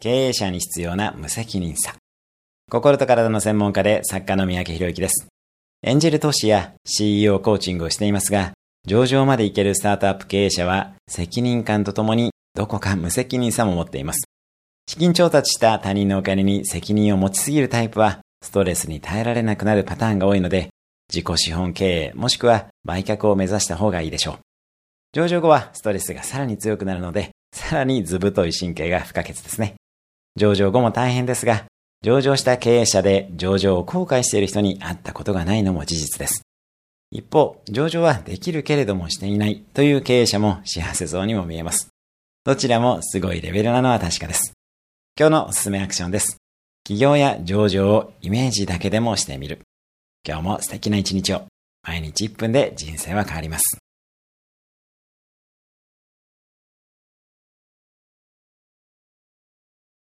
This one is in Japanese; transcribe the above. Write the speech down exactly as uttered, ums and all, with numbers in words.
経営者に必要な無責任さ。心と体の専門家で作家の三宅博之です。エンジェル投資や シーイーオー コーチングをしていますが、上場まで行けるスタートアップ経営者は責任感とともにどこか無責任さも持っています。資金調達した他人のお金に責任を持ちすぎるタイプはストレスに耐えられなくなるパターンが多いので、自己資本経営もしくは売却を目指した方がいいでしょう。上場後はストレスがさらに強くなるので、さらに図太い神経が不可欠ですね。上場後も大変ですが、上場した経営者で上場を後悔している人に会ったことがないのも事実です。一方、上場はできるけれどもしていないという経営者も幸せそうにも見えます。どちらもすごいレベルなのは確かです。今日のおすすめアクションです。起業や上場をイメージだけでもしてみる。今日も素敵な一日を。毎日いっぷんで人生は変わります。